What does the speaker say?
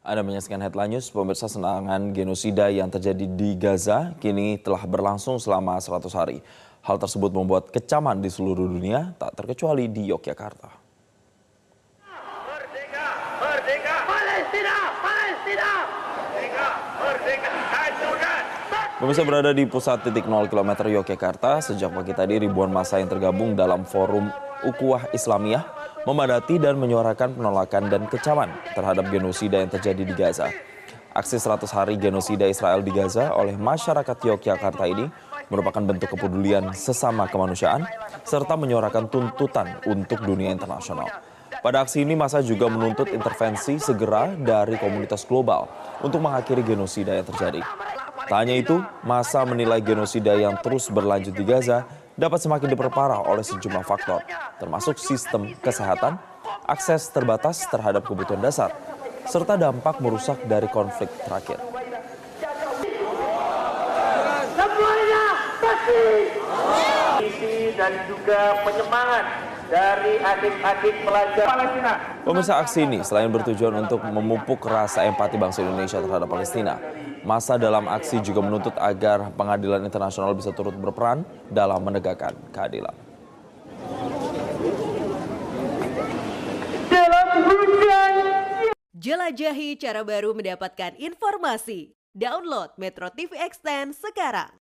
Anda menyaksikan Headline News, pemirsa. Serangan genosida yang terjadi di Gaza kini telah berlangsung selama 100 hari. Hal tersebut membuat kecaman di seluruh dunia, tak terkecuali di Yogyakarta. Merdeka, merdeka, Palestina, Palestina, merdeka, merdeka, hancurkan. Pemirsa, berada di pusat titik 0 km Yogyakarta, sejak pagi tadi ribuan massa yang tergabung dalam forum Ukhuwah Islamiyah memadati dan menyuarakan penolakan dan kecaman terhadap genosida yang terjadi di Gaza. Aksi 100 hari genosida Israel di Gaza oleh masyarakat Yogyakarta ini merupakan bentuk kepedulian sesama kemanusiaan serta menyuarakan tuntutan untuk dunia internasional. Pada aksi ini massa juga menuntut intervensi segera dari komunitas global untuk mengakhiri genosida yang terjadi. Tak hanya itu, massa menilai genosida yang terus berlanjut di Gaza dapat semakin diperparah oleh sejumlah faktor, termasuk sistem kesehatan, akses terbatas terhadap kebutuhan dasar, serta dampak merusak dari konflik terakhir. Semuanya pasti. Dan juga penyemangat dari adik-adik pelajar Palestina. Pemirsa, aksi ini selain bertujuan untuk memupuk rasa empati bangsa Indonesia terhadap Palestina, massa dalam aksi juga menuntut agar pengadilan internasional bisa turut berperan dalam menegakkan keadilan. Jelajahi cara baru mendapatkan informasi. Download Metro TV Extend sekarang.